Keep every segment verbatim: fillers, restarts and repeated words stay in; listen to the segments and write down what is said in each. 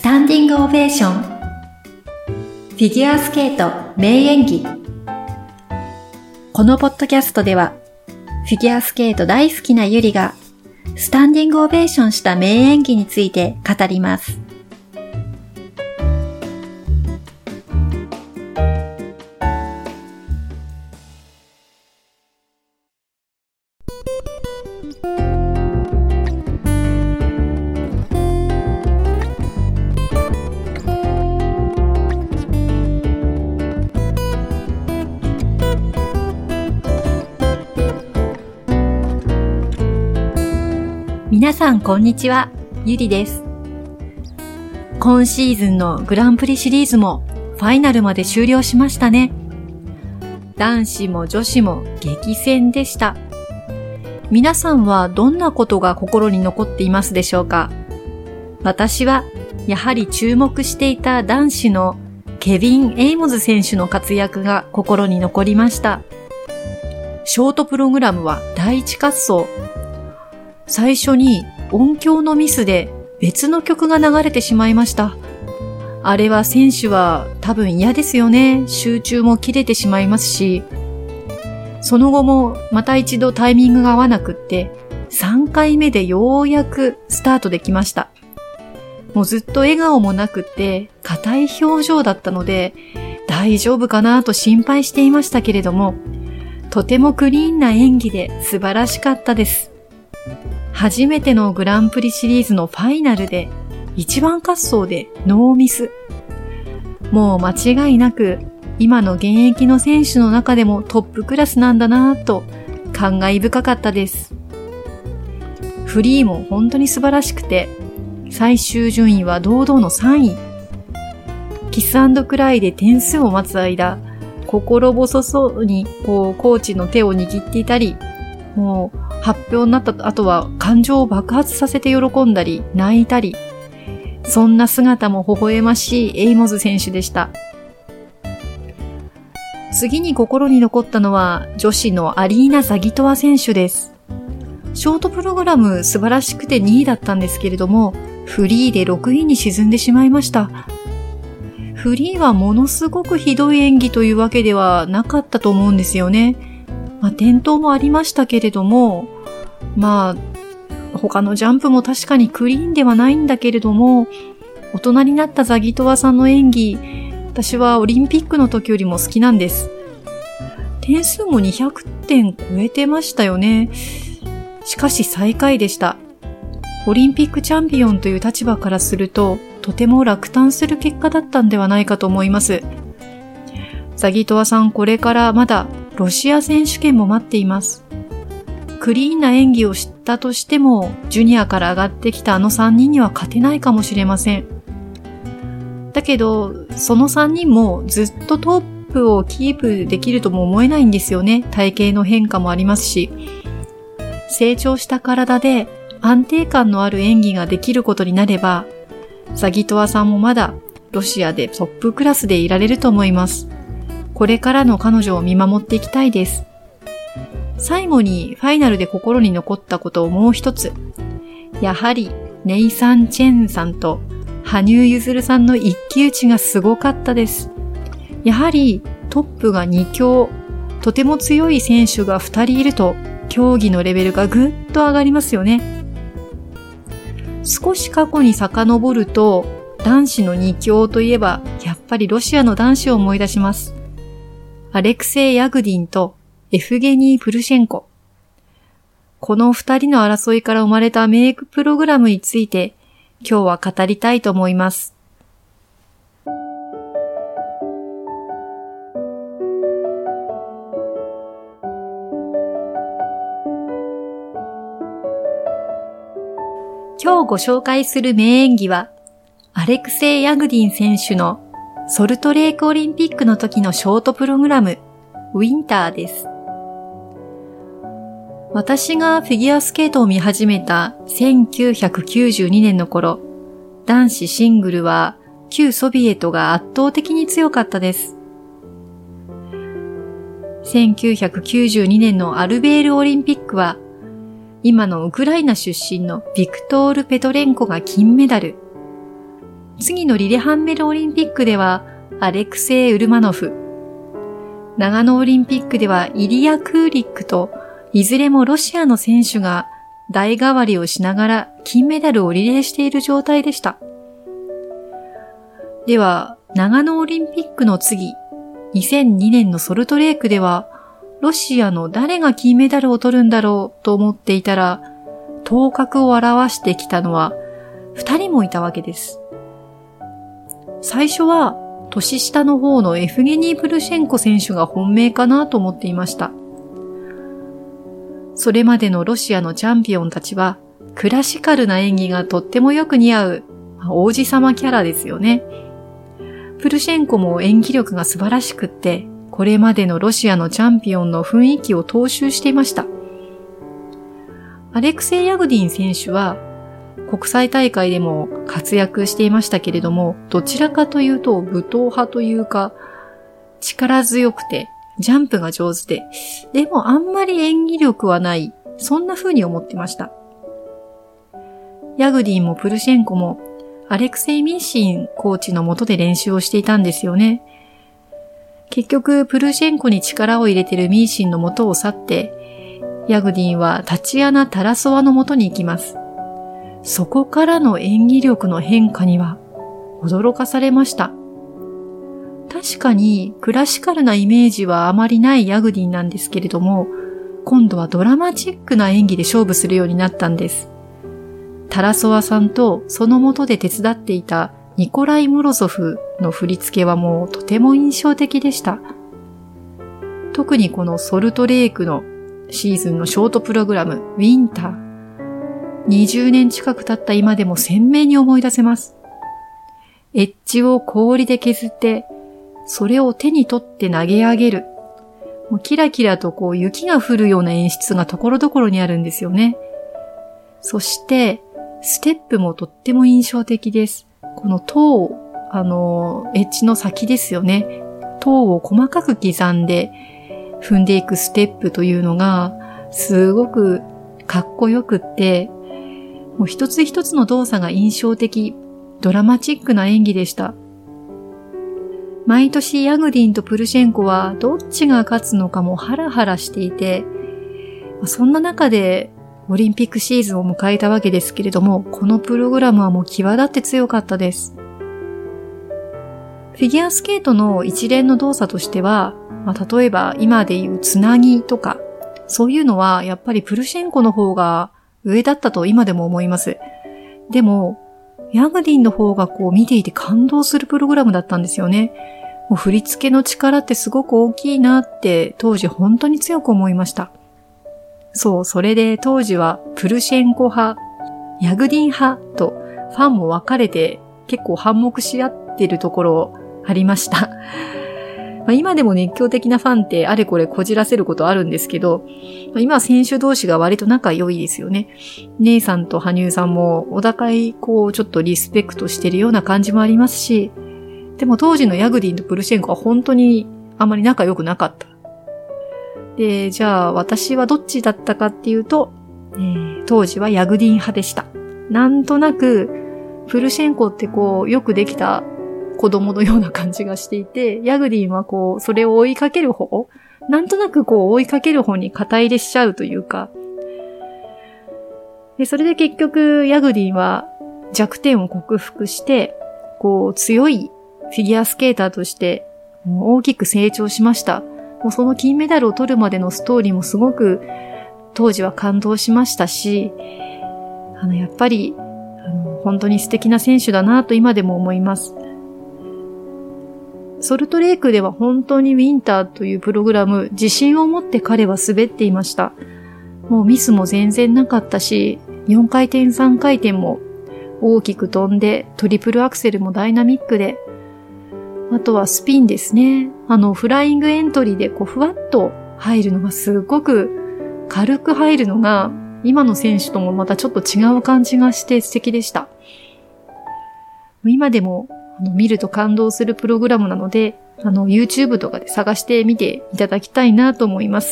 スタンディングオベーション。フィギュアスケート名演技。このポッドキャストでは、フィギュアスケート大好きなゆりが、スタンディングオベーションした名演技について語ります。皆さんこんにちは、ゆりです。今シーズンのグランプリシリーズもファイナルまで終了しましたね。男子も女子も激戦でした。皆さんはどんなことが心に残っていますでしょうか？私はやはり注目していた男子のケビン・エイモズ選手の活躍が心に残りました。ショートプログラムはだいいち滑走。最初に音響のミスで別の曲が流れてしまいました。あれは選手は多分嫌ですよね。集中も切れてしまいますし、その後もまた一度タイミングが合わなくって、さんかいめでようやくスタートできました。もうずっと笑顔もなくって硬い表情だったので、大丈夫かなと心配していましたけれども、とてもクリーンな演技で素晴らしかったです。初めてのグランプリシリーズのファイナルで一番滑走でノーミス。もう間違いなく今の現役の選手の中でもトップクラスなんだなぁと感慨深かったです。フリーも本当に素晴らしくて、最終順位は堂々のさんい。キス&クライで点数を待つ間、心細そうにこうコーチの手を握っていたり、もう発表になった後は感情を爆発させて喜んだり泣いたり、そんな姿も微笑ましいエイモズ選手でした。次に心に残ったのは女子のアリーナ・ザギトワ選手です。ショートプログラム素晴らしくてにいだったんですけれども、フリーでろくいに沈んでしまいました。フリーはものすごくひどい演技というわけではなかったと思うんですよね。まあ、転倒もありましたけれども、まあ、他のジャンプも確かにクリーンではないんだけれども、大人になったザギトワさんの演技、私はオリンピックの時よりも好きなんです。点数もにひゃくてん超えてましたよね。しかし最下位でした。オリンピックチャンピオンという立場からすると、とても落胆する結果だったんではないかと思います。ザギトワさん、これからまだロシア選手権も待っています。クリーンな演技をしたとしても、ジュニアから上がってきたあのさんにんには勝てないかもしれません。だけど、そのさんにんもずっとトップをキープできるとも思えないんですよね。体型の変化もありますし。成長した体で安定感のある演技ができることになれば、ザギトワさんもまだロシアでトップクラスでいられると思います。これからの彼女を見守っていきたいです。最後にファイナルで心に残ったことをもう一つ。やはりネイサン・チェンさんと羽生結弦さんの一騎打ちがすごかったです。やはりトップがに強、とても強い選手がふたりいると競技のレベルがぐっと上がりますよね。少し過去に遡ると男子のに強といえばやっぱりロシアの男子を思い出します。アレクセイ・ヤグディンとエフゲニー・プルシェンコ。この二人の争いから生まれたメイクプログラムについて今日は語りたいと思います。今日ご紹介する名演技はアレクセイ・ヤグディン選手のソルトレークオリンピックの時のショートプログラムウィンターです。私がフィギュアスケートを見始めたせんきゅうひゃくきゅうじゅうにねんの頃、男子シングルは旧ソビエトが圧倒的に強かったです。せんきゅうひゃくきゅうじゅうにねんのアルベールオリンピックは、今のウクライナ出身のビクトール・ペトレンコが金メダル。 次のリレハンメルオリンピックではアレクセイ・ウルマノフ、長野オリンピックではイリア・クーリックと、いずれもロシアの選手が代替わりをしながら金メダルをリレーしている状態でした。では、長野オリンピックの次、にせんにねんのソルトレークでは、ロシアの誰が金メダルを取るんだろうと思っていたら、頭角を現してきたのは二人もいたわけです。最初は年下の方のエフゲニー・プルシェンコ選手が本命かなと思っていました。それまでのロシアのチャンピオンたちはクラシカルな演技がとってもよく似合う王子様キャラですよね。プルシェンコも演技力が素晴らしくって、これまでのロシアのチャンピオンの雰囲気を踏襲していました。アレクセイ・ヤグディン選手は国際大会でも活躍していましたけれども、どちらかというと武闘派というか力強くてジャンプが上手で、でもあんまり演技力はない、そんな風に思ってました。ヤグディンもプルシェンコもアレクセイ・ミーシンコーチの下で練習をしていたんですよね。結局プルシェンコに力を入れているミーシンの元を去って、ヤグディンはタチアナ・タラソワの元に行きます。そこからの演技力の変化には驚かされました。確かにクラシカルなイメージはあまりないヤグディンなんですけれども、今度はドラマチックな演技で勝負するようになったんです。タラソワさんとその下で手伝っていたニコライ・モロゾフの振り付けはもうとても印象的でした。特にこのソルトレークのシーズンのショートプログラム、ウィンター。にじゅうねん近く経った今でも鮮明に思い出せます。エッジを氷で削って、それを手に取って投げ上げる。もうキラキラとこう雪が降るような演出がところどころにあるんですよね。そして、ステップもとっても印象的です。このトー、あの、エッジの先ですよね。トーを細かく刻んで踏んでいくステップというのが、すごくかっこよくって、もう一つ一つの動作が印象的、ドラマチックな演技でした。毎年ヤグディンとプルシェンコはどっちが勝つのかもハラハラしていて、そんな中でオリンピックシーズンを迎えたわけですけれども、このプログラムはもう際立って強かったです。フィギュアスケートの一連の動作としては、まあ、例えば今でいうつなぎとか、そういうのはやっぱりプルシェンコの方が上だったと今でも思います。でも、ヤグディンの方がこう見ていて感動するプログラムだったんですよね。もう振り付けの力ってすごく大きいなって当時本当に強く思いました。そう、それで当時はプルシェンコ派、ヤグディン派とファンも分かれて結構反目し合ってるところありました。まあ、今でも熱狂的なファンってあれこれこじらせることあるんですけど、まあ、今は選手同士が割と仲良いですよね。姉さんと羽生さんもお互いこうちょっとリスペクトしてるような感じもありますし、でも当時のヤグディンとプルシェンコは本当にあまり仲良くなかった。で、じゃあ私はどっちだったかっていうと、えー、当時はヤグディン派でした。なんとなくプルシェンコってこうよくできた子供のような感じがしていて、ヤグディンはこうそれを追いかける方、なんとなくこう追いかける方に肩入れしちゃうというか、でそれで結局ヤグディンは弱点を克服してこう強いフィギュアスケーターとして大きく成長しました。もうその金メダルを取るまでのストーリーもすごく当時は感動しましたし、あのやっぱりあの本当に素敵な選手だなと今でも思います。ソルトレークでは本当にウィンターというプログラム、自信を持って彼は滑っていました。もうミスも全然なかったし、よんかいてんさんかいてんも大きく飛んで、トリプルアクセルもダイナミックで、あとはスピンですね。あのフライングエントリーでこうふわっと入るのがすごく軽く入るのが今の選手ともまたちょっと違う感じがして素敵でした。今でもあの見ると感動するプログラムなので、あの YouTube とかで探してみていただきたいなと思います。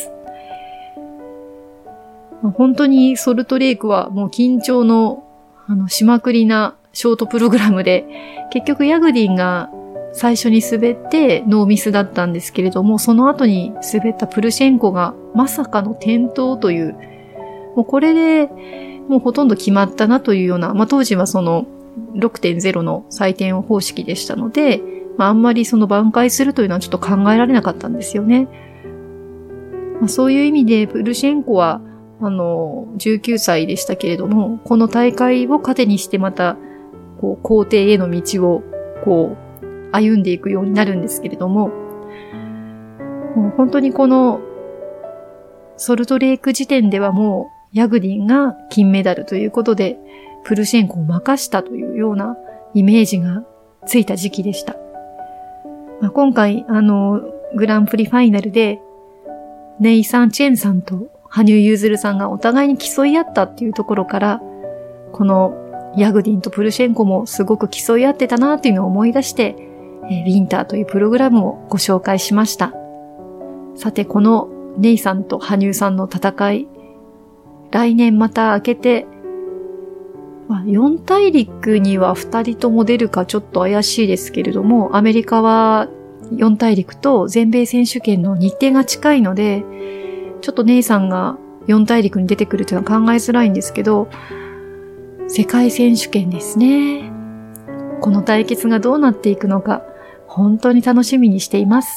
本当にソルトレークはもう緊張のあのしまくりなショートプログラムで、結局ヤグディンが最初に滑ってノーミスだったんですけれども、その後に滑ったプルシェンコがまさかの転倒という、もうこれでもうほとんど決まったなというような、まあ当時はその ろくてんゼロ の採点方式でしたので、まああんまりその挽回するというのはちょっと考えられなかったんですよね。まあ、そういう意味でプルシェンコはあのじゅうきゅうさいでしたけれども、この大会を糧にしてまたこう皇帝への道をこう歩んでいくようになるんですけれども、もう本当にこのソルトレイク時点ではもうヤグディンが金メダルということでプルシェンコを任したというようなイメージがついた時期でした。まあ、今回あのグランプリファイナルでネイサン・チェンさんと羽生結弦さんがお互いに競い合ったっていうところから、このヤグディンとプルシェンコもすごく競い合ってたなっていうのを思い出して、えー、ウィンターというプログラムをご紹介しました。さて、このネイさんと羽生さんの戦い、来年また明けて、まあ、よん大陸にはふたりとも出るかちょっと怪しいですけれども、アメリカはよん大陸と全米選手権の日程が近いので、ちょっとネイさんがよん大陸に出てくるというのは考えづらいんですけど、世界選手権ですね。この対決がどうなっていくのか、本当に楽しみにしています。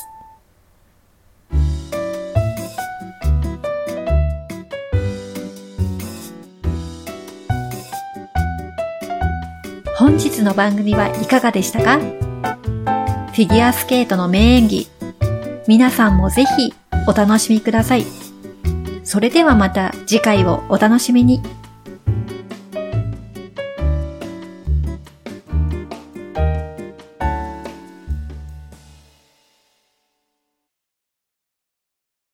本日の番組はいかがでしたか？フィギュアスケートの名演技、皆さんもぜひお楽しみください。それではまた次回をお楽しみに。